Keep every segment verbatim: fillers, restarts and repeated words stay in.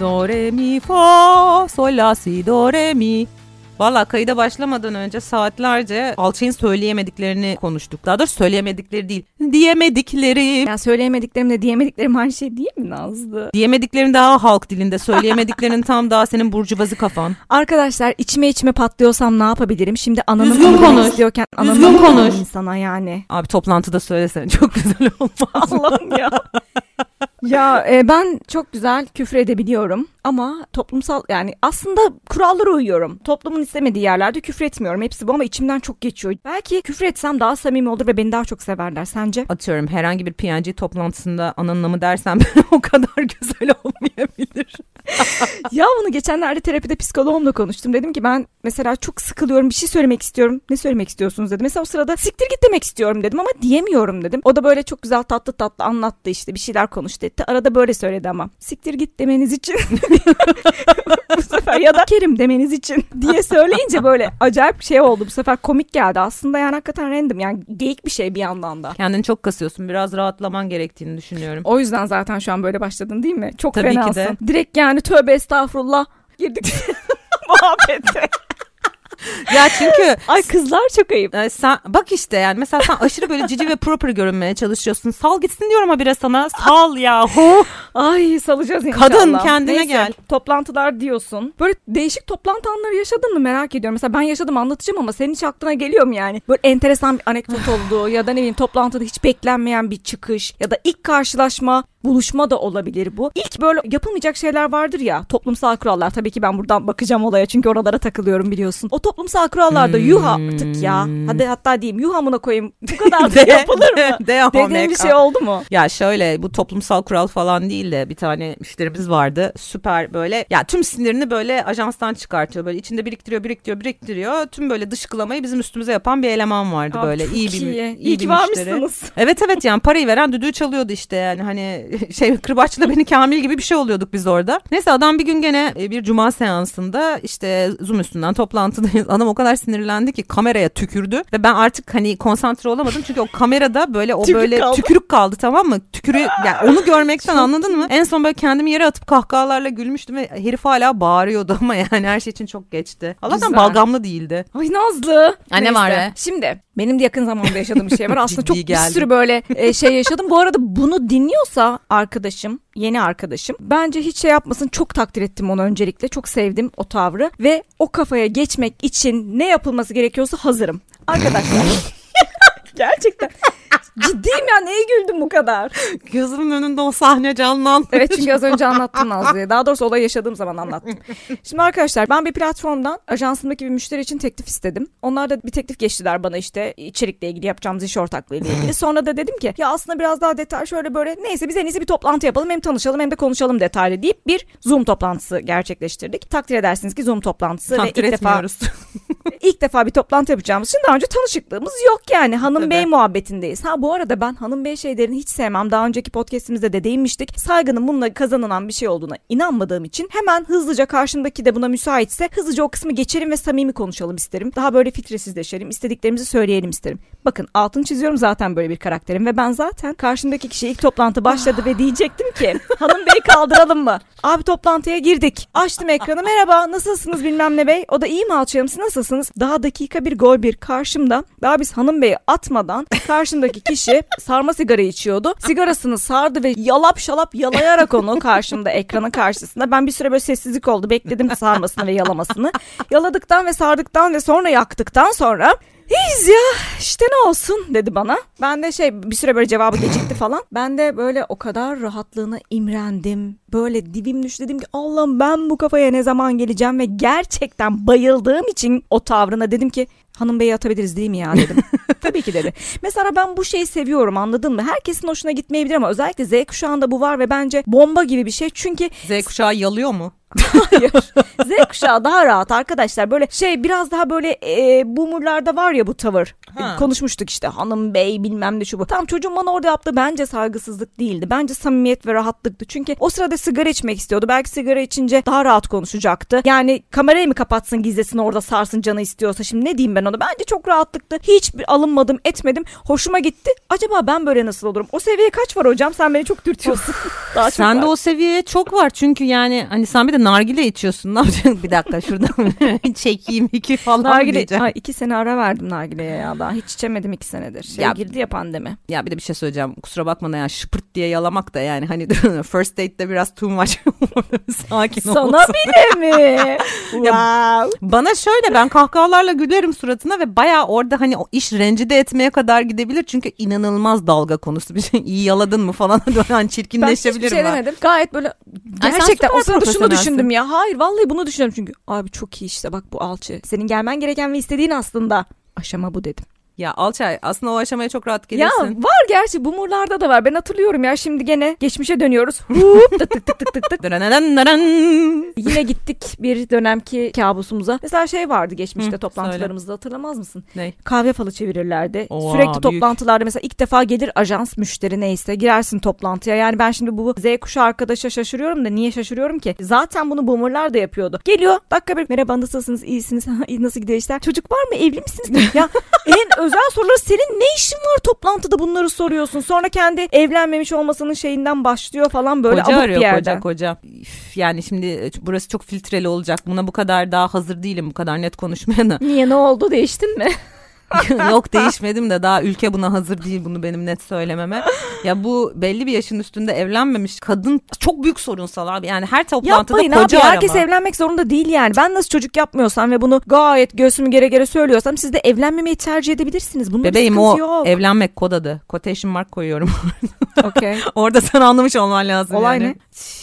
Do re mi fa sol la si do re mi. Valla kayıda başlamadan önce saatlerce Alçay'ın söyleyemediklerini konuştuk. Daha doğrusu söyleyemedikleri değil, diyemedikleri. Ya söyleyemediklerimle diyemediklerim aynı şey değil mi Nazlı? Diyemediklerin daha halk dilinde, söyleyemediklerin tam daha senin burjuvazı kafan. Arkadaşlar içime içime patlıyorsam ne yapabilirim? Şimdi ananın Düzgün konuş. istiyorken Düzgün ananın konuş. insana yani. Abi toplantıda söylesene, çok güzel olmaz. Allah'ım ya. Ya e, ben çok güzel küfür edebiliyorum ama toplumsal, yani aslında kurallara uyuyorum. Toplumun istemediği yerlerde küfür etmiyorum. Hepsi bu ama içimden çok geçiyor. Belki küfür etsem daha samimi olur ve beni daha çok severler. Sence? Atıyorum herhangi bir P N G toplantısında ananın amı dersem o kadar güzel olmayabilir. Ya bunu geçenlerde terapide psikoloğumla konuştum. Dedim ki ben mesela çok sıkılıyorum, bir şey söylemek istiyorum. Ne söylemek istiyorsunuz dedi. Mesela o sırada siktir git demek istiyorum dedim ama diyemiyorum dedim. O da böyle çok güzel tatlı tatlı anlattı, işte bir şeyler konuştu etti. Arada böyle söyledi ama siktir git demeniz için bu sefer ya da Kerim demeniz için diye söyleyince böyle acayip şey oldu. Bu sefer komik geldi. Aslında yani hakikaten random, yani geyik bir şey bir yandan da. Kendini çok kasıyorsun. Biraz rahatlaman gerektiğini düşünüyorum. O yüzden zaten şu an böyle başladın değil mi? Çok Tabii fenasın. ki de. Direkt yani tövbe estağfurullah girdik muhabbete. Ya çünkü ay kızlar çok ayıp. E, sen bak işte yani mesela sen aşırı böyle cici ve proper görünmeye çalışıyorsun. Sal gitsin diyorum habire sana. Sal yahu. Ay salacağız inşallah. Kadın kendine Neyse, gel. Toplantılar diyorsun. Böyle değişik toplantı anları yaşadın mı merak ediyorum. Mesela ben yaşadım, anlatacağım ama senin hiç aklına geliyor mu yani? Böyle enteresan bir anekdot olduğu ya da ne bileyim toplantıda hiç beklenmeyen bir çıkış ya da ilk karşılaşma, buluşma da olabilir bu. İlk böyle yapılmayacak şeyler vardır ya, toplumsal kurallar. Tabii ki ben buradan bakacağım olaya çünkü oralara takılıyorum biliyorsun. O toplumsal kurallarda hmm. yuh artık ya. Hadi hatta diyeyim yuh amına koyayım. Bu kadar da yapılır mı? De, de dediğin bir şey oldu mu? Ya şöyle, bu toplumsal kural falan değil de bir tane müşterimiz vardı. Süper böyle ya tüm sinirini böyle ajanstan çıkartıyor. Böyle içinde biriktiriyor, biriktiriyor, biriktiriyor. Tüm böyle dışkılamayı bizim üstümüze yapan bir eleman vardı. Abi böyle. iyi bir, iyi. iyi, iyi bir müşteri. Evet evet yani parayı veren düdüğü çalıyordu işte yani hani şey kırbaçla beni Kamil gibi bir şey oluyorduk biz orada. Neyse adam bir gün gene bir cuma seansında işte Zoom üstünden toplantıdayız. Adam o kadar sinirlendi ki kameraya tükürdü ve ben artık hani konsantre olamadım çünkü o kamerada böyle o Tükürük böyle kaldı. tükürük kaldı, tamam mı? Tükürü yani onu görmekten anladın mı? En son böyle kendimi yere atıp kahkahalarla gülmüştüm ve herif hala bağırıyordu ama yani her şey için çok geçti. Allah'tan Güzel. balgamlı değildi. Ay Nazlı. Anne Neyse. var be. Şimdi benim de yakın zamanda yaşadığım bir şey var. Aslında çok bir geldi. sürü böyle e, şey yaşadım. Bu arada bunu dinliyorsa arkadaşım, yeni arkadaşım, bence hiç şey yapmasın. Çok takdir ettim onu öncelikle. Çok sevdim o tavrı ve o kafaya geçmek için ne yapılması gerekiyorsa hazırım. Arkadaşlar. Gerçekten. Ciddiyim ya, neye güldüm bu kadar? Gözümün önünde o sahne canlandı. Evet çünkü az önce anlattım Nazlı'ya. Daha doğrusu olayı yaşadığım zaman anlattım. Şimdi arkadaşlar ben bir platformdan ajansımdaki bir müşteri için teklif istedim. Onlar da bir teklif geçtiler bana, işte içerikle ilgili, yapacağımız iş ortaklığıyla ilgili. Sonra da dedim ki ya aslında biraz daha detay şöyle böyle, neyse biz en iyisi bir toplantı yapalım, hem tanışalım hem de konuşalım detaylı deyip bir Zoom toplantısı gerçekleştirdik. Takdir edersiniz ki Zoom toplantısı Takdir ve ilk etmiyoruz. defa ilk defa bir toplantı yapacağımız için daha önce tanışıklığımız yok yani, hanım Tabii. bey muhabbetindeyiz. Ha bu arada ben hanım bey şeylerini hiç sevmem. Daha önceki podcastimizde de değinmiştik. Saygının bununla kazanılan bir şey olduğuna inanmadığım için hemen hızlıca, karşımdaki de buna müsaitse hızlıca o kısmı geçelim ve samimi konuşalım isterim. Daha böyle filtresizleşelim, istediklerimizi söyleyelim isterim. Bakın altını çiziyorum, zaten böyle bir karakterim ve ben zaten karşımdaki kişi ilk toplantı başladı ve diyecektim ki hanım bey kaldıralım mı? Abi toplantıya girdik. Açtım ekranı, merhaba nasılsınız bilmem ne bey. O da iyi mi alçayım, siz nasılsınız? Daha dakika bir gol bir karşımda. Daha biz hanım beyi atmadan karşımdaki kişi sarma sigara içiyordu. Sigarasını sardı ve yalap şalap yalayarak onu karşımda, ekranın karşısında. Ben bir süre böyle sessizlik oldu. Bekledim sarmasını ve yalamasını. Yaladıktan ve sardıktan ve sonra yaktıktan sonra İyiyiz ya işte ne olsun dedi bana. Ben de şey bir süre böyle cevabı gecikti falan. Ben de böyle o kadar rahatlığına imrendim. Böyle dibim düştü, dedim ki Allah'ım ben bu kafaya ne zaman geleceğim ve gerçekten bayıldığım için o tavrına dedim ki hanım beyi atabiliriz değil mi ya dedim. Tabii ki dedi. Mesela ben bu şeyi seviyorum, anladın mı? Herkesin hoşuna gitmeyebilir ama özellikle Z kuşağında bu var ve bence bomba gibi bir şey. Çünkü Z kuşağı yalıyor mu? Hayır. Z kuşağı daha rahat arkadaşlar. Böyle şey biraz daha böyle e, boomerlarda var ya bu tavır. Ha. Konuşmuştuk işte hanım bey bilmem ne şu bu. Tamam, çocuğum bana orada yaptığı bence saygısızlık değildi. Bence samimiyet ve rahatlıktı. Çünkü o sırada sigara içmek istiyordu. Belki sigara içince daha rahat konuşacaktı. Yani kamerayı mı kapatsın, gizlesin orada sarsın canı istiyorsa. Şimdi ne diyeyim ben koymadı. Bence çok rahatlıklı. Hiçbir alınmadım, etmedim. Hoşuma gitti. Acaba ben böyle nasıl olurum? O seviye kaç var hocam? Sen beni çok dürtüyorsun. Daha Sen çok de var. o seviyeye çok var çünkü yani hani sen bir de nargile içiyorsun. Ne yapacaksın? Bir dakika şuradan çekeyim iki falan Nargile, diyeceğim. ay, iki sene ara verdim nargileye ya. Daha hiç içemedim iki senedir. Şey Ya- girdi ya pandemi. Ya bir de bir şey söyleyeceğim. Kusura bakma da yani şıpırt diye yalamak da yani hani first date'de biraz too much. Sakin ol. Sana bile mi? Wow. Bana şöyle ben kahkahalarla gülerim suratına ve bayağı orada hani o iş rencide etmeye kadar gidebilir. Çünkü inanılmaz dalga konusu bir şey. İyi yaladın mı falan hani Ben çirkinleşebilirim. hiçbir şey ben. demedim. Gayet böyle Ay, sen gerçekten süper o sırada şunu profesyonelsin. düşündüm ya. Hayır vallahi bunu düşünüyorum çünkü. Abi çok iyi işte bak bu alçı. Senin gelmen gereken ve istediğin aslında aşama bu dedim. Ya Alçay aslında o aşamaya çok rahat Ya gelirsin. var gerçi boomerlarda da var. Ben hatırlıyorum ya şimdi gene geçmişe dönüyoruz. Hup, tık tık tık tık tık tık. Dırananan naran. Yine gittik bir dönemki kabusumuza. Mesela şey vardı geçmişte Hı, toplantılarımızda hatırlamaz mısın? Ne? Kahve falı çevirirlerdi. Oha, Sürekli büyük. toplantılarda mesela ilk defa gelir ajans müşteri neyse girersin toplantıya. Yani ben şimdi bu Z kuşağı arkadaşa şaşırıyorum da niye şaşırıyorum ki? Zaten bunu boomerlar da yapıyordu. Geliyor dakika bir merhaba nasılsınız iyisiniz nasıl gidiyor işler? Çocuk var mı evli misiniz? Ya en özel soruları senin ne işin var toplantıda bunları soruyorsun. Sonra kendi evlenmemiş olmasının şeyinden başlıyor falan böyle Koca abuk arıyor bir yerden. koca koca. Üf, yani şimdi burası çok filtreli olacak. Buna bu kadar daha hazır değilim bu kadar net konuşmaya da. Niye ne oldu değiştin mi? Yok değişmedim de daha ülke buna hazır değil bunu benim net söylememe. Ya bu belli bir yaşın üstünde evlenmemiş kadın çok büyük sorunsal abi. Yani her toplantıda Yapmayın koca abi arama. herkes evlenmek zorunda değil yani. Ben nasıl çocuk yapmıyorsam ve bunu gayet göğsümü gere gere söylüyorsam siz de evlenmemeyi tercih edebilirsiniz. Bunun Bebeğim bir o sıkıntı yok. evlenmek kod adı. Quotation mark koyuyorum. Okay. Orada sen anlamış olman lazım Olay yani. ne?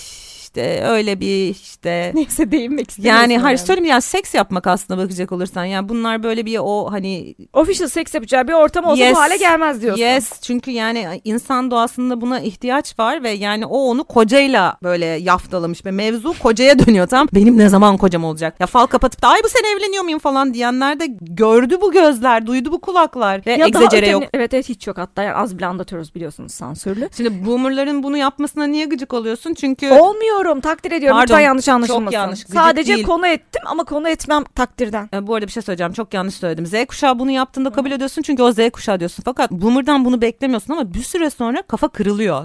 İşte öyle bir işte. Neyse değinmek istemiyorum. Yani hayır söyleyeyim ya seks yapmak aslında bakacak olursan. Yani bunlar böyle bir o hani. Official seks yapacağı bir ortam olsa Yes, bu hale gelmez diyorsun. Yes çünkü yani insan doğasında buna ihtiyaç var ve yani o onu kocayla böyle yaftalamış ve mevzu kocaya dönüyor tam. Benim ne zaman kocam olacak? Ya fal kapatıp da ay bu sene evleniyor muyum falan diyenler de gördü bu gözler, duydu bu kulaklar ve Ya daha egzecere öteni- yok. Evet evet hiç yok hatta yani az bile anlatıyoruz biliyorsunuz sansürlü. Şimdi boomerların bunu yapmasına niye gıcık oluyorsun? Çünkü Olmuyorum takdir ediyorum. Pardon, Lütfen yanlış çok anlaşılmasın. yanlış, gıcık Sadece değil. konu ettim ama konu etmem takdirden. E, bu arada bir şey söyleyeceğim. Çok yanlış söyledim. Z kuşağı bunu yaptığında kabul ediyorsun çünkü o Z kuşağı diyorsun. Fakat boomer'dan bunu beklemiyorsun ama bir süre sonra kafa kırılıyor.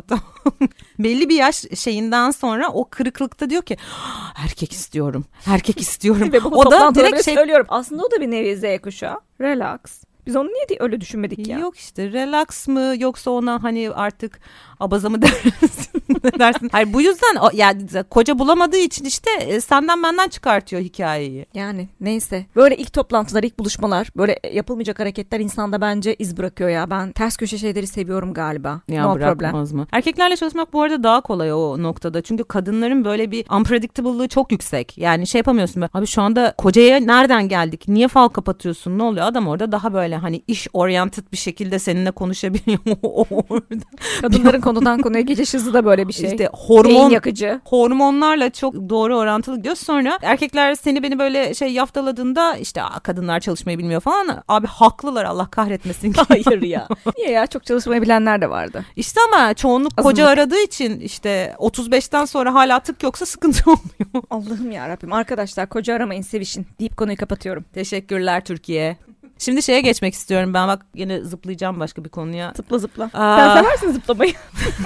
Belli bir yaş şeyinden sonra o kırıklıkta diyor ki erkek istiyorum. Erkek istiyorum. Ve bu o da toplantıda direkt bile şey söylüyorum. Aslında o da bir nevi Z kuşağı. Relax. Biz onu niye öyle düşünmedik ya? Yok işte relax mı yoksa ona hani artık abaza mı dersin ne dersin? Hayır bu yüzden o, yani koca bulamadığı için işte e, senden benden çıkartıyor hikayeyi. Yani neyse. Böyle ilk toplantılar, ilk buluşmalar, böyle yapılmayacak hareketler insanda bence iz bırakıyor ya. Ben ters köşe şeyleri seviyorum galiba. Ya no bırakmaz problem. mı? Erkeklerle çalışmak bu arada daha kolay o noktada. Çünkü kadınların böyle bir unpredictable'lığı çok yüksek. Yani şey yapamıyorsun böyle. Abi şu anda kocaya nereden geldik? Niye fal kapatıyorsun? Ne oluyor? Adam orada daha böyle hani iş oriented bir şekilde seninle konuşabiliyor. Kadınların konudan konuya geçiş hızı da böyle bir şey. İşte Beyin hormon yakıcı. hormonlarla çok doğru orantılı gidiyor. Sonra erkekler seni beni böyle şey yaftaladığında işte Aa, kadınlar çalışmayı bilmiyor falan. Abi haklılar Allah kahretmesin. Hayır ya. Niye ya? Çok çalışmayı bilenler de vardı. İşte ama çoğunluk koca Azınlık. aradığı için işte otuz beşten sonra hala tık yoksa sıkıntı olmuyor. Allah'ım ya Rabbim. Arkadaşlar koca aramayın sevişin deyip konuyu kapatıyorum. Teşekkürler Türkiye. Şimdi şeye geçmek istiyorum ben bak yine zıplayacağım başka bir konuya. Zıpla zıpla. Aa. Sen seversin zıplamayı.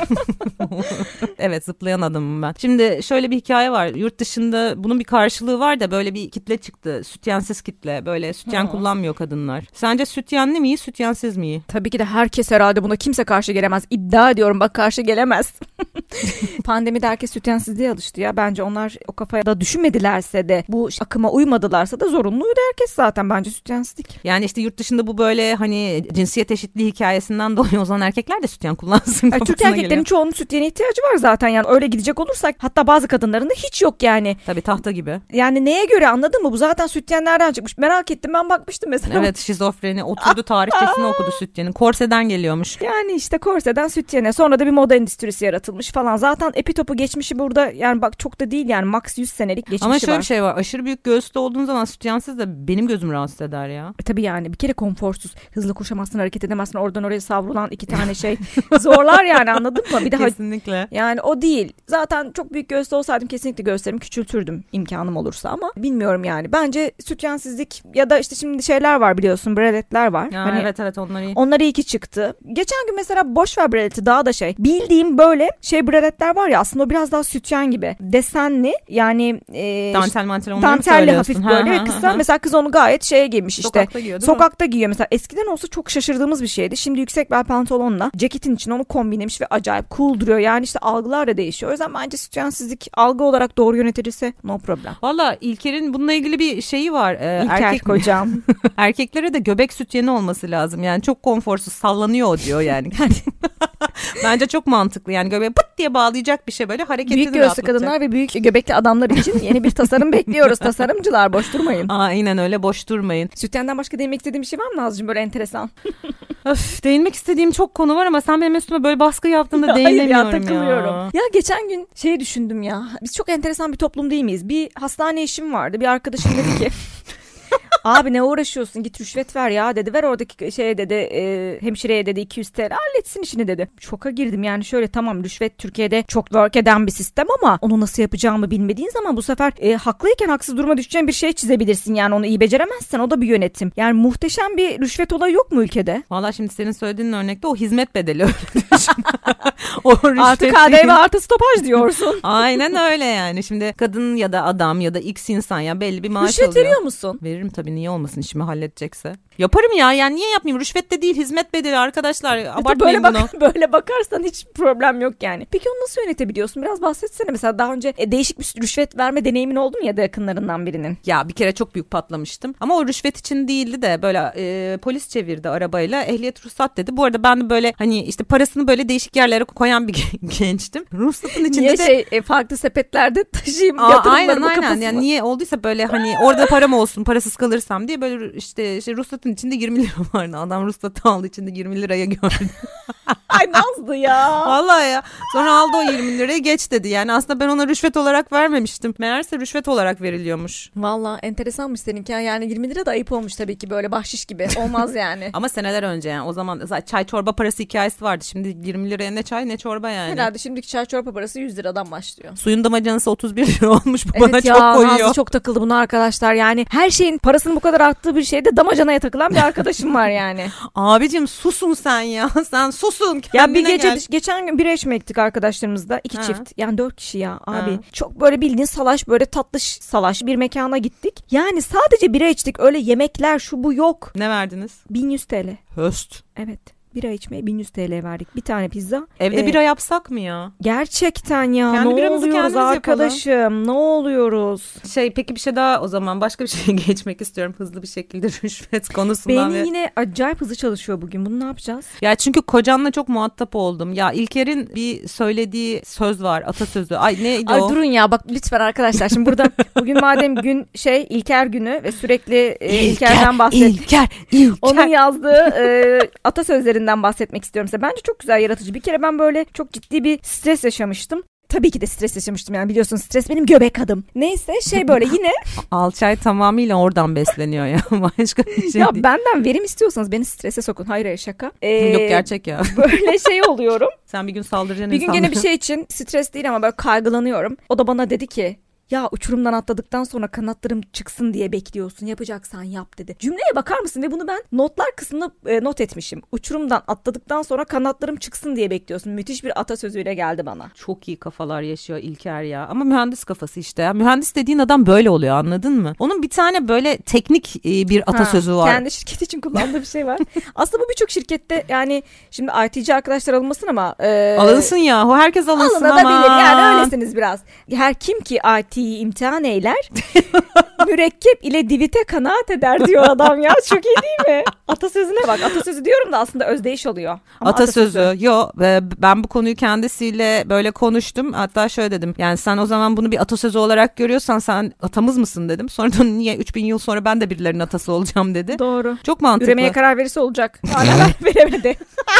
Evet zıplayan adamım ben. Şimdi şöyle bir hikaye var. Yurt dışında bunun bir karşılığı var da böyle bir kitle çıktı. Sütyensiz kitle. Böyle sütyen Ha. kullanmıyor kadınlar. Sence sütyenli mi iyi, sütyensiz mi iyi? Tabii ki de herkes herhalde buna kimse karşı gelemez. İddia ediyorum bak karşı gelemez. Pandemide herkes sütyensizliğe alıştı ya. Bence onlar o kafaya düşünmedilerse de bu akıma uymadılarsa da zorunluydu herkes zaten bence sütyensizlik. Yani işte yurt dışında bu böyle hani cinsiyet eşitliği hikayesinden dolayı o zaman erkekler de sütyen kullansın. Yani Türk kafasına erkeklerin geliyor. çoğunun sütyene ihtiyacı var zaten yani öyle gidecek olursak hatta bazı kadınların da hiç yok yani. Tabii tahta gibi. Yani neye göre anladın mı? Bu zaten sütyen nereden çıkmış? Merak ettim ben bakmıştım mesela. Evet şizofreni oturdu tarihçesini okudu sütyenin. Korseden geliyormuş. Yani işte korseden sütyene sonra da bir moda endüstrisi yaratılmış falan. Zaten epitopu geçmişi burada yani bak çok da değil yani max yüz senelik geçmişi Ama şöyle var. bir şey var aşırı büyük göğüslü olduğun zaman sütyensiz de benim gözüm rahatsız eder ya. E tabii yani yani. Bir kere konforsuz. Hızlı koşamazsın, hareket edemezsin. Oradan oraya savrulan iki tane şey zorlar yani, anladın mı? Bir de kesinlikle. Yani o değil. Zaten çok büyük göğüste olsaydım kesinlikle göğüslerimi küçültürdüm imkanım olursa ama bilmiyorum yani. Bence sütyensizlik ya da işte şimdi şeyler var biliyorsun, breletler var. Ya hani evet evet onlar iyi. Onlar iyi ki çıktı. Geçen gün mesela boş ver breleti, daha da şey. Bildiğim böyle şey breletler var ya, aslında o biraz daha sütyen gibi. Desenli yani e, dantel mantel onları dantelli hafif ha, böyle ha, kısa. ha. Mesela kız onu gayet şeye giymiş işte. Sokakta giyiyor, Sokakta mi? giyiyor mesela. Eskiden olsa çok şaşırdığımız bir şeydi. Şimdi yüksek bel pantolonla ceketin için onu kombinlemiş ve acayip cool duruyor. Yani işte algılar da değişiyor. O yüzden bence sütyensizlik algı olarak doğru yönetilirse no problem. Valla İlker'in bununla ilgili bir şeyi var. Ee, İlker erkek kocam. Erkeklere de göbek sütyeni olması lazım. Yani çok konforsuz, sallanıyor o diyor yani. Bence çok mantıklı. Yani göbeğe pıt diye bağlayacak bir şey, böyle hareketini büyük göğüslü kadınlar ve büyük göbekli adamlar için yeni bir tasarım bekliyoruz. Tasarımcılar boş durmayın. Aynen öyle, boş durmayın. Sütyenden başka değinmek istediğim bir şey var mı Nazlıcığım, böyle enteresan? Öf, değinmek istediğim çok konu var ama sen benim üstüme böyle baskı yaptığında değinemiyorum ya. Hayır ya, takılıyorum. Ya. ya geçen gün şeyi düşündüm ya. Biz çok enteresan bir toplum değil miyiz? Bir hastane işim vardı. Bir arkadaşım dedi ki abi ne uğraşıyorsun, git rüşvet ver ya dedi. Ver oradaki şeye dedi, e, hemşireye dedi iki yüz TL halletsin işini dedi. Şoka girdim yani, şöyle tamam rüşvet Türkiye'de çok work eden bir sistem ama onu nasıl yapacağımı bilmediğin zaman bu sefer e, haklıyken haksız duruma düşeceğin bir şey çizebilirsin. Yani onu iyi beceremezsen o da bir yönetim. Yani muhteşem bir rüşvet olayı yok mu ülkede? Valla şimdi senin söylediğin örnekte o hizmet bedeli öyle düşün. O artı K D V artı stopaj diyorsun. Aynen öyle yani. Şimdi kadın ya da adam ya da X insan ya belli bir maaş rüşvet alıyor. veriyor musun? Veririm tabii, niye olmasın, işimi halledecekse. Yaparım ya, yani niye yapmayayım? Rüşvet de değil, hizmet bedeli arkadaşlar, abartmayın böyle bunu. Bak, böyle bakarsan hiç problem yok yani. Peki onu nasıl yönetebiliyorsun? Biraz bahsetsene. Mesela daha önce e, değişik bir rüşvet verme deneyimin oldu mu ya da yakınlarından birinin? Ya bir kere çok büyük patlamıştım. Ama o rüşvet için değildi de böyle e, polis çevirdi arabayla, ehliyet ruhsat dedi. Bu arada ben de böyle hani işte parasını böyle değişik yerlere koyan bir gençtim. Ruhsatın içinde niye de... şey e, farklı sepetlerde taşıyayım Aa, yatırımlarımı aynen kafasına. Yani niye olduysa böyle hani orada param olsun, parasız kalırsam diye böyle işte, işte ruhsatın içinde yirmi lira vardı. Adam ruhsatı aldı, içinde yirmi liraya gördüm. Ay Nazlı ya. Vallahi ya. Sonra aldı o yirmi lirayı, geç dedi. Yani aslında ben ona rüşvet olarak vermemiştim. Meğerse rüşvet olarak veriliyormuş. Vallahi enteresanmış seninki. Yani yirmi lira da ayıp olmuş tabii ki, böyle bahşiş gibi. Olmaz yani. Ama seneler önce yani. O zaman zaten çay çorba parası hikayesi vardı. Şimdi yirmi liraya ne çay ne çorba yani. Herhalde şimdiki çay çorba parası yüz liradan başlıyor. Suyun damacanası otuz bir lira olmuş. Bu evet bana ya, çok koyuyor. Nazlı çok takıldı buna arkadaşlar. Yani her şeyin parasının bu kadar arttığı bir şeyde damacanaya takılan bir arkadaşım var yani. Abicim susun sen ya. Sen susun. Ya bir gece gel. geçen gün bira içmeye gittik arkadaşlarımızla. iki Ha. çift. Yani dört kişi ya abi. Ha. Çok böyle bildiğin salaş, böyle tatlış salaş bir mekana gittik. Yani sadece bira içtik. Öyle yemekler şu bu yok. Ne verdiniz? bin yüz TL. Höst. Evet. Bira içmeye bin yüz TL verdik. Bir tane pizza. Evde Ee, bira yapsak mı ya? Gerçekten ya. Kendi ne biramızı oluyoruz kendimiz arkadaşım? yapalım. Ne oluyoruz? Şey peki bir şey daha, o zaman başka bir şeye geçmek istiyorum hızlı bir şekilde rüşvet konusundan. Beynin ve... yine acayip hızlı çalışıyor bugün. Bunu ne yapacağız? Ya çünkü kocanla çok muhatap oldum. Ya İlker'in bir söylediği söz var, atasözü. Ay neydi Ay o? durun ya, bak lütfen arkadaşlar. Şimdi burada bugün madem gün şey İlker günü ve sürekli e, İlker, İlker'den bahset. İlker, İlker. Onun yazdığı e, atasözlerinden bahsetmek istiyorum size. Bence çok güzel, yaratıcı. Bir kere ben böyle çok ciddi bir stres yaşamıştım. Tabii ki de stres yaşamıştım yani, biliyorsun stres benim göbek adım. Neyse şey böyle yine. Alçay tamamıyla oradan besleniyor ya. Başka bir şey ya değil. benden verim istiyorsanız beni strese sokun. Hayır hayır şaka. Ee, Yok gerçek ya. Böyle şey oluyorum. Sen bir gün saldıracaksın Bir gün insanlara. gene bir şey için stres değil ama böyle kaygılanıyorum. O da bana dedi ki ya uçurumdan atladıktan sonra kanatlarım çıksın diye bekliyorsun. Yapacaksan yap dedi. Cümleye bakar mısın? Ve bunu ben notlar kısmında e, not etmişim. Uçurumdan atladıktan sonra kanatlarım çıksın diye bekliyorsun. Müthiş bir atasözüyle geldi bana. Çok iyi kafalar yaşıyor İlker ya. Ama mühendis kafası işte ya. Mühendis dediğin adam böyle oluyor, anladın mı? Onun bir tane böyle teknik e, bir atasözü ha, var. Kendi şirket için kullandığı bir şey var. Aslında bu birçok şirkette, yani şimdi I T'ci arkadaşlar alınmasın ama. E, alınsın ya. O herkes alınsın ama. Alınabilir yani, öylesiniz biraz. Her kim ki I T'yi imtihan eyler mürekkep ile divite kanaat eder diyor adam ya. Çok iyi değil mi? Atasözüne bak. Atasözü diyorum da aslında özdeyiş oluyor. Ama atasözü. atasözü. Yo ben bu konuyu kendisiyle böyle konuştum. Hatta şöyle dedim. Yani sen o zaman bunu bir atasözü olarak görüyorsan sen atamız mısın dedim. Sonra da niye üç bin yıl sonra ben de birilerinin atası olacağım dedi. Doğru. Çok mantıklı. Üremeye karar verirse olacak. Hala veremedi.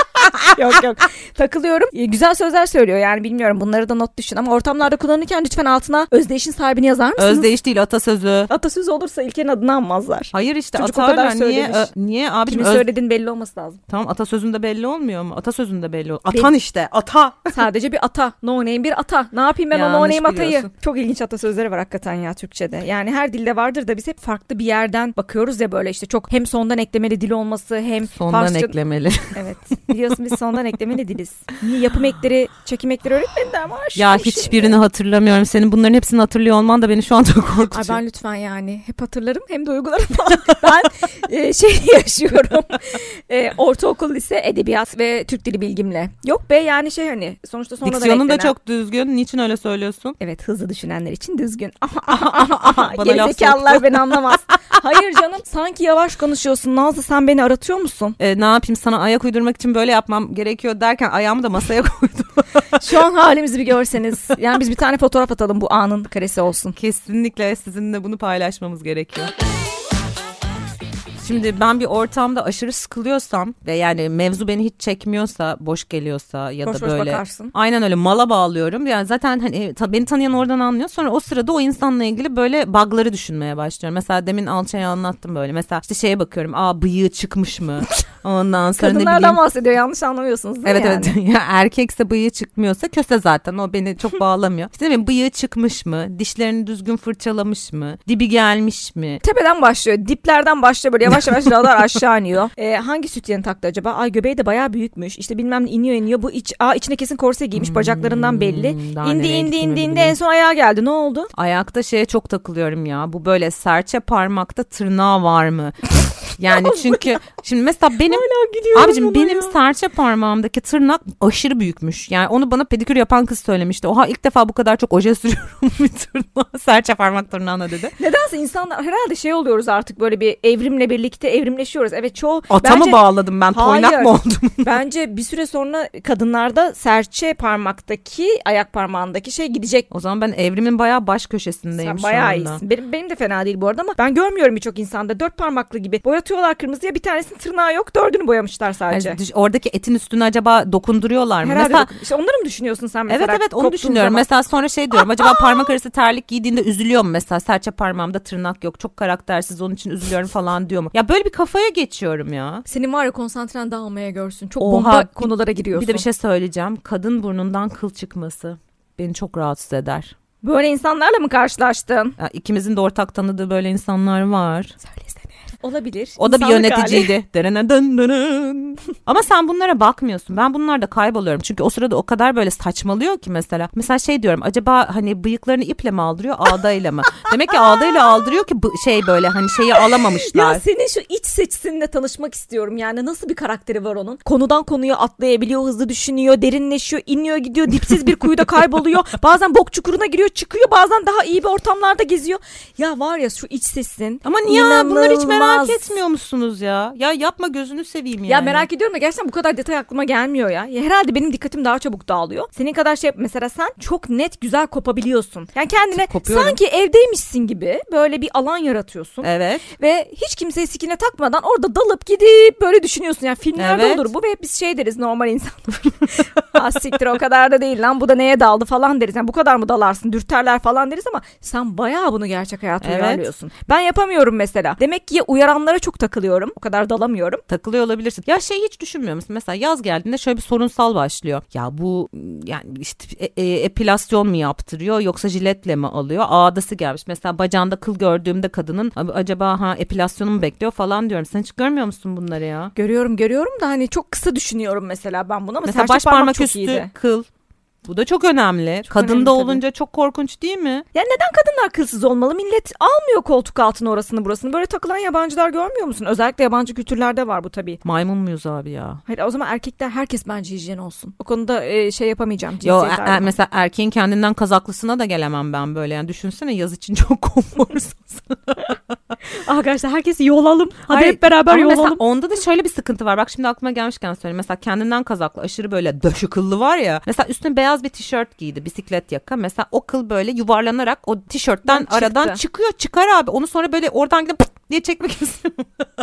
yok yok. Takılıyorum. Güzel sözler söylüyor yani, bilmiyorum, bunları da not düşün. Ama ortamlarda kullanırken lütfen altına özdeşini Özdeyiş'in sahibini yazar mısınız? Özdeyiş değil, atasözü. Atasözü olursa İlker'in adını anmazlar. Hayır işte Çocuk o kadar atarlar. Niye, söylemiş. ö, niye abicim? Kimin öz... söylediğin belli olması lazım. Tamam, atasözünde belli olmuyor mu? Atasözünde belli oluyor. Atan işte, ata. Sadece bir ata. No name bir ata. Ne yapayım ben o no Yanlış name atayı? biliyorsun. Çok ilginç atasözleri var hakikaten ya Türkçe'de. Yani her dilde vardır da biz hep farklı bir yerden bakıyoruz ya, böyle işte çok hem sondan eklemeli dil olması hem Sondan Farsça... eklemeli. Evet. Biliyorsun biz sondan eklemeli diliz. Niye yapım ekleri, çekim ekleri öğretmediler ama Ya hiçbirini hatırlamıyorum. Senin bunların hepsini hatırlıyor olman da beni şu anda korkutuyor. Ay ben lütfen yani hep hatırlarım hem de uygularım falan. Ben e, şey yaşıyorum. E, ortaokul, lise, edebiyat ve Türk dili bilgimle. Yok be yani şey hani sonuçta sonradan Diksiyonun da eklenen. çok düzgün. Niçin öyle söylüyorsun? Evet, hızlı düşünenler için düzgün. Bana laf Gerizekalılar soktu. beni anlamaz. Hayır canım, sanki yavaş konuşuyorsun. Nazlı sen beni aratıyor musun? E, ne yapayım, sana ayak uydurmak için böyle yapmam gerekiyor derken ayağımı da masaya koydum. Şu an halimizi bir görseniz. Yani biz bir tane fotoğraf atalım, bu anın karesi olsun. Kesinlikle sizinle bunu paylaşmamız gerekiyor. Şimdi ben bir ortamda aşırı sıkılıyorsam ve yani mevzu beni hiç çekmiyorsa, boş geliyorsa ya boş da boş böyle bakarsın. aynen öyle mala bağlıyorum. Yani zaten hani ta, beni tanıyan oradan anlıyor. Sonra o sırada o insanla ilgili böyle bug'ları düşünmeye başlıyorum. Mesela demin Alça'ya anlattım böyle. Mesela işte şeye bakıyorum. Aa, bıyığı çıkmış mı? Ondan sonra ne Kadınlardan bileyim. bahsediyor, yanlış anlamıyorsunuz değil Evet mi yani? evet. Ya erkekse bıyığı çıkmıyorsa köse zaten, o beni çok bağlamıyor. İşte değil mi, bıyığı çıkmış mı? Dişlerini düzgün fırçalamış mı? Dibi gelmiş mi? Tepeden başlıyor, diplerden başlıyor, böyle yavaş yavaş radar aşağı iniyor. Ee, hangi sütyeni taktı acaba? Ay göbeği de bayağı büyükmüş. İşte bilmem ne, iniyor iniyor. Bu iç, aa içine kesin korse giymiş, bacaklarından belli. daha İndi nereye indi gittiğimi indi indi bilmiyorum. en son ayağa geldi. Ne oldu? Ayakta şeye çok takılıyorum ya. Bu böyle serçe parmakta tırnağı var mı? Yani çünkü şimdi mesela benim abicim benim ya. serçe parmağımdaki tırnak aşırı büyükmüş. Yani onu bana pedikür yapan kız söylemişti. Oha, ilk defa bu kadar çok oje sürüyorum bir tırnağa. Serçe parmak tırnağına dedi. Nedense insanlar herhalde şey oluyoruz artık, böyle bir evrimle birlikte evrimleşiyoruz. Evet, çoğu Ata bence, mı bağladım ben? Toynak Hayır. mı oldum? Bence bir süre sonra kadınlarda serçe parmaktaki, ayak parmağındaki şey gidecek. O zaman ben evrimin bayağı baş köşesindeyim Sen şu bayağı anda. iyisin. Benim, benim de fena değil bu arada ama ben görmüyorum birçok insanda dört parmaklı gibi. Boyatıyorlar kırmızıya, bir tanesinin tırnağı yok, dördünü boyamışlar sadece. Yani oradaki etin üstüne acaba dokunduruyorlar mı? Herhalde Mesela, dokun- işte onları mı düşünüyorsun sen mesela? evet evet onu koptuğun düşünüyorum. zaman? Mesela sonra şey diyorum, acaba parmak arası terlik giydiğinde üzülüyor mu mesela? Serçe parmağımda tırnak yok, çok karaktersiz, onun için üzülüyorum falan diyor mu? Ya böyle bir kafaya geçiyorum ya. Senin var ya konsantren dağılmaya görsün. Çok Oha, bomba bir- konulara giriyorsun. Bir de bir şey söyleyeceğim. Kadın burnundan kıl çıkması beni çok rahatsız eder. Böyle insanlarla mı karşılaştın? Ya ikimizin de ortak tanıdığı böyle insanlar var. Söylesene. Olabilir. O da bir İnsanlık yöneticiydi. Dırını dın dın. Ama sen bunlara bakmıyorsun. Ben bunlarda kayboluyorum. Çünkü o sırada o kadar böyle saçmalıyor ki mesela. Mesela şey diyorum, acaba hani bıyıklarını iple mi aldırıyor, ağdayla mı? Demek ki ağdayla aldırıyor ki bu şey böyle hani şeyi alamamışlar. Ya senin şu iç seçisinle tanışmak istiyorum. Yani nasıl bir karakteri var onun? Konudan konuya atlayabiliyor, hızlı düşünüyor, derinleşiyor, iniyor gidiyor, dipsiz bir kuyuda kayboluyor. Bazen bok çukuruna giriyor, çıkıyor. Bazen daha iyi bir ortamlarda geziyor. Ya var ya şu iç sesin. Ama niye bunları hiç merak İnanılmaz. etmiyor musunuz ya? Ya yapma, gözünü seveyim yani. Ya merak ediyorum da gerçekten bu kadar detay aklıma gelmiyor ya. ya. Herhalde benim dikkatim daha çabuk dağılıyor. Senin kadar şey mesela sen çok net güzel kopabiliyorsun. Yani kendine Kopuyorum. sanki evdeymişsin gibi böyle bir alan yaratıyorsun. Evet. Ve hiç kimseyi sikine takmadan orada dalıp gidip böyle düşünüyorsun. Yani filmlerde Evet. olur bu ve biz şey deriz normal insanlar. Ah siktir, o kadar da değil lan, bu da neye daldı falan deriz. Yani bu kadar mı dalarsın, dürterler falan deriz ama sen bayağı bunu gerçek hayata Evet. uyarlıyorsun. Ben yapamıyorum mesela. Demek ki ya uyaranlara çok takılıyorum. O kadar dalamıyorum. Takılıyor olabilirsin. Ya şey hiç düşünmüyor musun? Mesela yaz geldiğinde şöyle bir sorunsal başlıyor. Ya bu yani işte e- e- epilasyon mu yaptırıyor yoksa jiletle mi alıyor? Ağdası gelmiş. Mesela bacağında kıl gördüğümde kadının acaba ha epilasyonu mu bekliyor falan diyorum. Sen hiç görmüyor musun bunları ya? Görüyorum görüyorum da hani çok kısa düşünüyorum mesela ben bunu ama Mesela serçe baş parmak parmak çok üstü iyiydi. kıl. Bu da çok önemli. Çok Kadında önemli tabii. olunca çok korkunç değil mi? Ya neden kadınlar kılsız olmalı? Millet almıyor koltuk altına orasını burasını. Böyle takılan yabancılar görmüyor musun? Özellikle yabancı kültürlerde var bu tabii. Maymun muyuz abi ya? Hayır, o zaman erkekler, herkes bence hijyen olsun. O konuda e, şey yapamayacağım. Yo cinsiyet e- e- ayrımı. mesela erkeğin kendinden kazaklısına da gelemem ben böyle. Yani düşünsene, yaz için çok konforsuz. Arkadaşlar herkesi yolalım. Hadi Hayır, hep beraber ama mesela yolalım. onda da şöyle bir sıkıntı var. Bak şimdi aklıma gelmişken söyleyeyim. Mesela kendinden kazaklı aşırı böyle döşü kıllı var ya. Mesela üstüne beyaz bir tişört giydi. Bisiklet yaka. Mesela o kıl böyle yuvarlanarak o tişörtten Çıktı. aradan çıkıyor. Çıkar abi. Onu sonra böyle oradan gidip diye çekmek istiyorum.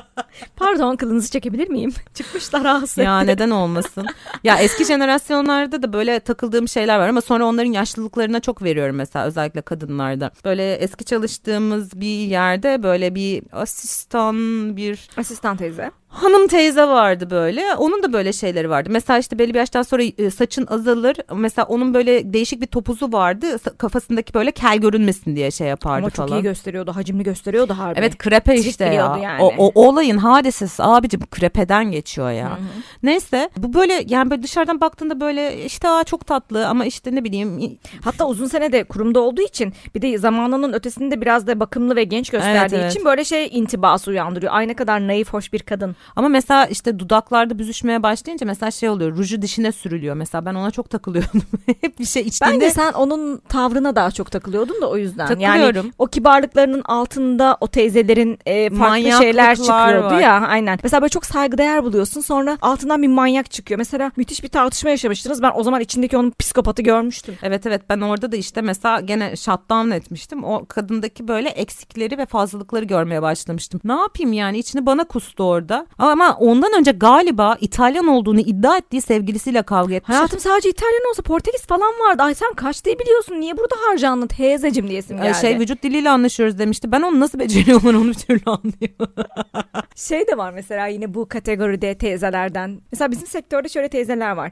Pardon, kılınızı çekebilir miyim? Çıkmışlar rahatsız. Ya neden olmasın? Ya eski jenerasyonlarda da böyle takıldığım şeyler var ama sonra onların yaşlılıklarına çok veriyorum mesela, özellikle kadınlarda. Böyle eski çalıştığımız bir yerde böyle bir asistan bir asistan teyze. Hanım teyze vardı böyle. Onun da böyle şeyleri vardı. Mesela işte belli bir yaştan sonra saçın azalır. Mesela onun böyle değişik bir topuzu vardı. Kafasındaki böyle kel görünmesin diye şey yapardı ama falan. Ama çok iyi gösteriyordu. Hacimli gösteriyordu harbi. Evet, krepe işte ya. Yani. O, o olayın hadisesi abicim krepeden geçiyor ya. Hı hı. Neyse bu böyle yani böyle dışarıdan baktığında böyle işte aa, çok tatlı ama işte ne bileyim. Hatta uzun sene de kurumda olduğu için bir de zamanının ötesinde biraz da bakımlı ve genç gösterdiği evet, için evet. böyle şey intibası uyandırıyor. Ay ne kadar naif, hoş bir kadın. Ama mesela işte dudaklarda büzüşmeye başlayınca mesela şey oluyor, ruju dişine sürülüyor mesela, ben ona çok takılıyordum. Hep bir şey içtiğinde. Bence sen onun tavrına daha çok takılıyordun da o yüzden. Takılıyorum. Yani o kibarlıklarının altında o teyzelerin e, farklı şeyler çıkıyordu var. Ya aynen. Mesela böyle çok saygıdeğer buluyorsun, sonra altından bir manyak çıkıyor. Mesela müthiş bir tartışma yaşamıştınız, ben o zaman içindeki onun psikopatı görmüştüm. Evet evet, ben orada da işte mesela gene shutdown etmiştim. O kadındaki böyle eksikleri ve fazlalıkları görmeye başlamıştım. Ne yapayım yani, içini bana kustu orada. Ama ondan önce galiba İtalyan olduğunu iddia ettiği sevgilisiyle kavga etmiş. Hayatım sadece İtalyan olsa Portekiz falan vardı. Ay sen kaç diye biliyorsun, niye burada harcandın teyzecim diyesim geldi. Şey, vücut diliyle anlaşıyoruz demişti. Ben onu nasıl beceriyorum onu bir türlü anlıyorum. Şey de var mesela yine bu kategoride teyzelerden. Mesela bizim sektörde şöyle teyzeler var.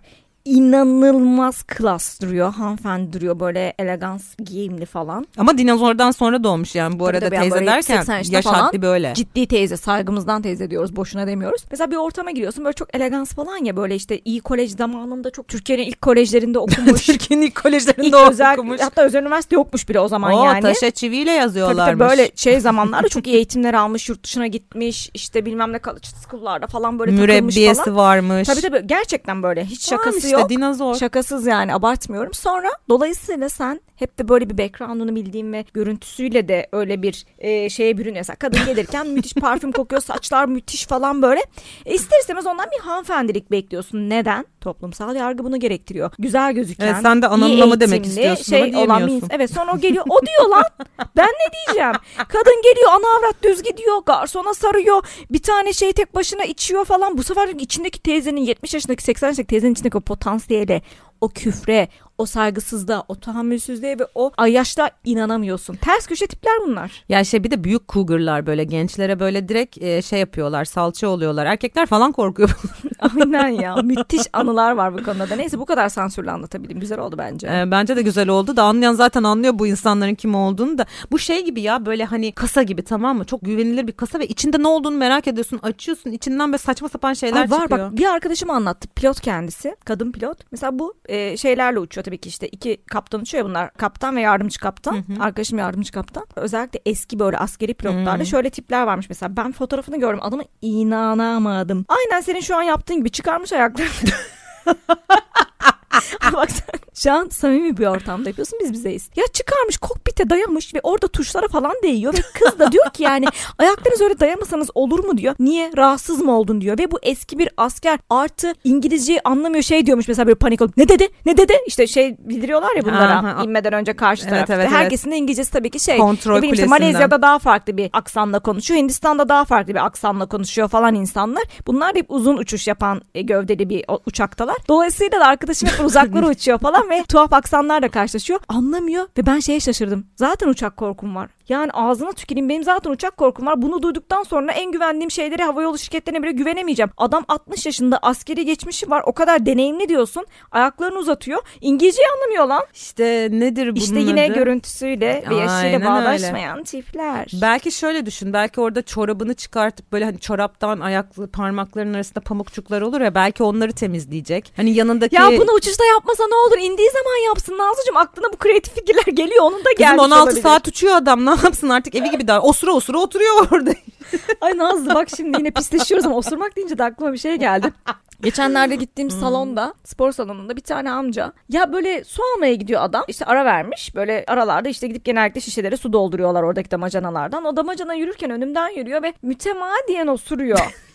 İnanılmaz klas duruyor, hanımefendi duruyor, böyle elegans giyimli falan. Ama dinozordan sonra doğmuş yani bu tabii arada tabii, teyze yani derken yaş haddi böyle. Ciddi teyze, saygımızdan teyze diyoruz, boşuna demiyoruz. Mesela bir ortama giriyorsun böyle çok elegans falan ya, böyle işte iyi kolej zamanında çok Türkiye'nin ilk kolejlerinde okumuş. Türkiye'nin ilk kolejlerinde ilk özel, okumuş. Hatta özel üniversite yokmuş bile o zaman o, yani. Taşa çiviyle yazıyorlarmış. Tabii tabii böyle şey zamanlarda çok iyi eğitimler almış, yurt dışına gitmiş, işte bilmem ne college school'larda falan böyle takılmış falan. Mürebbiyesi varmış. Tabii tabii gerçekten böyle hiç şakası işte, yok. Dinozor. Şakasız yani, abartmıyorum. Sonra dolayısıyla sen hep de böyle bir background'unu bildiğin ve görüntüsüyle de öyle bir e, şeye bürünüyor. Mesela kadın gelirken müthiş parfüm kokuyor, saçlar müthiş falan böyle. E, ister istemez ondan bir hanımefendilik bekliyorsun. Neden? Toplumsal yargı bunu gerektiriyor. Güzel gözüken, evet, sen de ananına mı demek istiyorsun, şey olan bir insan. Evet, sonra o geliyor, o diyor lan. Ben ne diyeceğim? Kadın geliyor, ana avrat düz gidiyor, garsona sarıyor. Bir tane şey tek başına içiyor falan. Bu sefer içindeki teyzenin, yetmiş yaşındaki seksen yaşındaki teyzenin içindeki o potansiyele, o küfre, o saygısızlığa, o tahammülsüzlüğe ve o ayyaşta inanamıyorsun. Ters köşe tipler bunlar. Ya şey, bir de büyük cougar'lar böyle gençlere böyle direkt e, şey yapıyorlar, salça oluyorlar. Erkekler falan korkuyor. Aynen ya. Müthiş anılar var bu konuda da. Neyse, bu kadar sansürle anlatabildim. Güzel oldu bence. E, bence de güzel oldu da anlayan zaten anlıyor bu insanların kim olduğunu da. Bu şey gibi ya, böyle hani kasa gibi, tamam mı? Çok güvenilir bir kasa ve içinde ne olduğunu merak ediyorsun. Açıyorsun, içinden böyle saçma sapan şeyler Ay var, çıkıyor. Bak bir arkadaşım anlattı. Pilot kendisi. Kadın pilot. Mesela bu e, şeylerle uçuyor tabii ki, işte iki kaptan uçuyor bunlar. Kaptan ve yardımcı kaptan. Hı hı. Arkadaşım yardımcı kaptan. Özellikle eski böyle askeri pilotlarda hı. şöyle tipler varmış mesela. Ben fotoğrafını gördüm. Adama inanamadım. Aynen senin şu an yaptığın gibi çıkarmış ayaklarını. Bak sen şu an samimi bir ortamda yapıyorsun, biz bizeyiz. Ya çıkarmış, kokpite dayamış ve orada tuşlara falan değiyor ve kız da diyor ki yani ayaklarınız öyle dayamasanız olur mu diyor. Niye? Rahatsız mı oldun diyor. Ve bu eski bir asker, artı İngilizceyi anlamıyor, şey diyormuş mesela, böyle panik olup ne dedi ne dedi işte şey bildiriyorlar ya bunlara. Aha, inmeden önce karşı evet, tarafta. evet, Herkesin evet. de İngilizcesi tabii ki şey. Kontrol bileyim, işte Malezya'da daha farklı bir aksanla konuşuyor. Hindistan'da daha farklı bir aksanla konuşuyor falan insanlar. Bunlar hep uzun uçuş yapan e, gövdeli bir o, uçaktalar. Dolayısıyla da arkadaşım hep uzaklara uçuyor falan ve tuhaf aksanlarla karşılaşıyor. Anlamıyor ve ben şeye şaşırdım. Zaten uçak korkum var. Yani ağzına tüküreyim, benim zaten uçak korkum var. Bunu duyduktan sonra en güvendiğim şeylere, havayolu şirketlerine bile güvenemeyeceğim. Adam altmış yaşında, askeri geçmişi var. O kadar deneyimli diyorsun. Ayaklarını uzatıyor. İngilizceyi anlamıyor lan. İşte nedir bunun İşte yine adı? Görüntüsüyle ve yaşıyla bağdaşmayan öyle tipler. Belki şöyle düşün. Belki orada çorabını çıkartıp böyle hani çoraptan ayaklı parmaklarının arasında pamukçuklar olur ya, belki onları temizleyecek. Hani yanındaki... Ya bunu uçuşta yapmasa ne olur? İndiği zaman yapsın Nazlıcığım. Aklına bu kreatif fikirler geliyor. Onun da gelmiş Kızım on altı olabilir. saat uçuyor adam. Ne yapsın artık, evi gibi dar. Osura osura oturuyor orada. Ay Nazlı bak şimdi yine pisleşiyoruz ama osurmak deyince de aklıma bir şey geldi. Geçenlerde gittiğim salonda, spor salonunda bir tane amca, ya böyle su almaya gidiyor adam, işte ara vermiş, böyle aralarda işte gidip genellikle şişelere su dolduruyorlar oradaki damacanalardan. O damacana yürürken önümden yürüyor ve mütemadiyen osuruyor.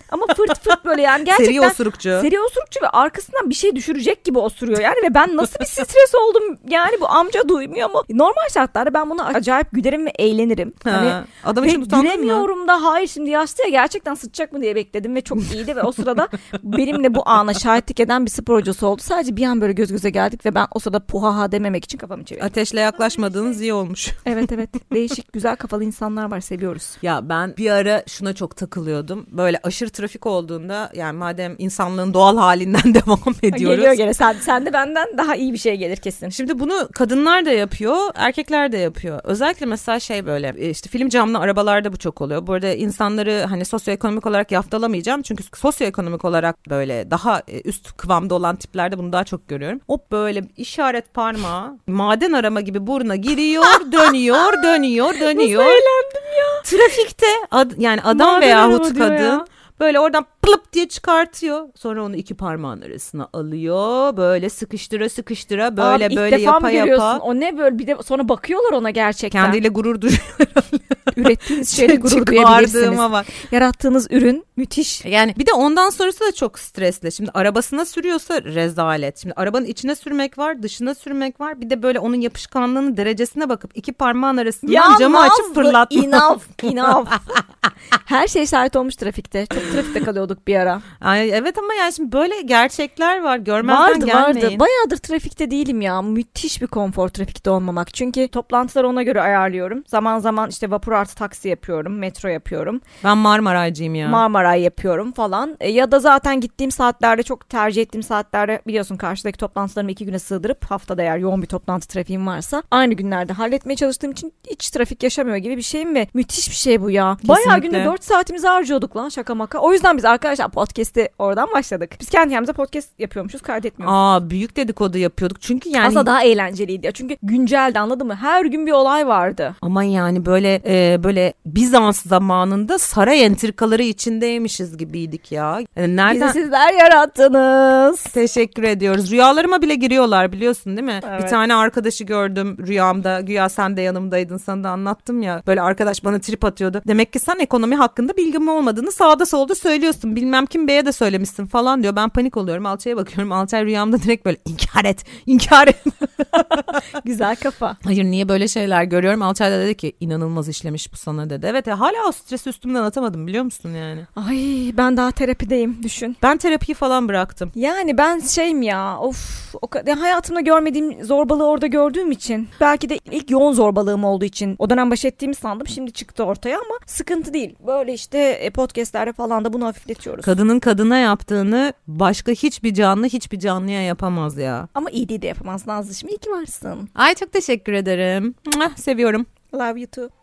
Ama fırt fırt böyle yani gerçekten. Seri osurukçu. Seri osurukçu ve arkasından bir şey düşürecek gibi osuruyor yani ve ben nasıl bir stres oldum yani bu amca duymuyor mu? Normal şartlarda ben buna acayip gülerim ve eğlenirim. Ha, hani adam için utandın mı? Gülemiyorum da hayır şimdi yaşlı ya gerçekten sıçacak mı diye bekledim ve çok iyiydi ve o sırada benimle bu ana şahitlik eden bir spor hocası oldu. Sadece bir an böyle göz göze geldik ve ben o sırada puhaha dememek için kafamı çevirdim. Ateşle yaklaşmadığınız iyi olmuş. Evet evet değişik güzel kafalı insanlar var seviyoruz. Ya ben bir ara şuna çok takılıyordum. Böyle aşırı trafik olduğunda yani madem insanlığın doğal halinden devam ediyoruz. Geliyor gene sen, sen de benden daha iyi bir şey gelir kesin. Şimdi bunu kadınlar da yapıyor, erkekler de yapıyor. Özellikle mesela şey böyle işte film camlı arabalarda bu çok oluyor. Bu arada insanları hani sosyoekonomik olarak yaftalamayacağım. Çünkü sosyoekonomik olarak böyle daha üst kıvamda olan tiplerde bunu daha çok görüyorum. O böyle işaret parmağı maden arama gibi buruna giriyor, dönüyor, dönüyor, dönüyor. Nasıl eğlendim ya. Trafikte ad, yani adam maden veyahut kadın ya. Böyle oradan pılıp diye çıkartıyor. Sonra onu iki parmağın arasına alıyor. Böyle sıkıştıra sıkıştıra böyle Abi, böyle yapa yapa. O ne böyle bir de sonra bakıyorlar ona gerçekten. Kendiyle gurur duyuyor. Ürettiğiniz şeyle gurur duyabilirsiniz. Bak. Yarattığınız ürün müthiş. Yani bir de ondan sonrası da çok stresli. Şimdi arabasına sürüyorsa rezalet. Şimdi arabanın içine sürmek var, dışına sürmek var. Bir de böyle onun yapışkanlığının derecesine bakıp iki parmağın arasından ya camı açıp fırlatma. İnav, inav. Her şey şahit olmuş trafikte. Çok trafikte kalıyorduk bir ara. Ay, evet ama yani şimdi böyle gerçekler var. Görmezden vardı, gelmeyin. Vardı. Bayağıdır trafikte değilim ya. Müthiş bir konfor trafikte olmamak. Çünkü toplantıları ona göre ayarlıyorum. Zaman zaman işte vapur artı taksi yapıyorum. Metro yapıyorum. Ben Marmaraycıyım ya. Marmaray yapıyorum falan. E, ya da zaten gittiğim saatlerde çok tercih ettiğim saatlerde biliyorsun karşıdaki toplantılarımı iki güne sığdırıp haftada eğer yoğun bir toplantı trafiğim varsa aynı günlerde halletmeye çalıştığım için hiç trafik yaşamıyor gibi bir şeyim ve müthiş bir şey bu ya. Kesinlikle. Bayağı günde dört saatimizi harcıyorduk lan şaka maka. O yüzden biz arkadaşlar podcast'i oradan başladık. Biz kendi kendimize podcast yapıyormuşuz, kaydetmiyoruz. Aa, büyük dedikodu yapıyorduk. Çünkü yani aslında daha eğlenceliydi ya. Çünkü günceldi, anladın mı? Her gün bir olay vardı. Ama yani böyle e, böyle Bizans zamanında saray entrikaları içindeymişiz gibiydik ya. Yani nereden? Bizi sizler yarattınız. Teşekkür ediyoruz. Rüyalarıma bile giriyorlar biliyorsun değil mi? Evet. Bir tane arkadaşı gördüm rüyamda. Güya sen de yanımdaydın, sana da anlattım ya. Böyle arkadaş bana trip atıyordu. Demek ki sen ekonomi hakkında bilgim olmadığını sağda solda söylüyorsun. Bilmem kim beye de söylemişsin falan diyor. Ben panik oluyorum. Alçay'a bakıyorum. Alçay rüyamda direkt böyle inkar et. İnkar et. Güzel kafa. Hayır, niye böyle şeyler görüyorum? Alçay da dedi ki inanılmaz işlemiş bu sana dedi. Evet ya, hala o stresi üstümden atamadım biliyor musun yani? Ay ben daha terapideyim düşün. Ben terapiyi falan bıraktım. Yani ben şeyim ya of o kadar hayatımda görmediğim zorbalığı orada gördüğüm için belki de ilk yoğun zorbalığım olduğu için o dönem baş ettiğimi sandım, şimdi çıktı ortaya ama sıkıntı değil. Böyle işte podcastlerde falan da bunu hafifletiyoruz. Kadının kadına yaptığını başka hiçbir canlı hiçbir canlıya yapamaz ya. Ama iyi de yapamaz Nazlı'cığım, iyi ki varsın. Ay çok teşekkür ederim. Seviyorum. Love you too.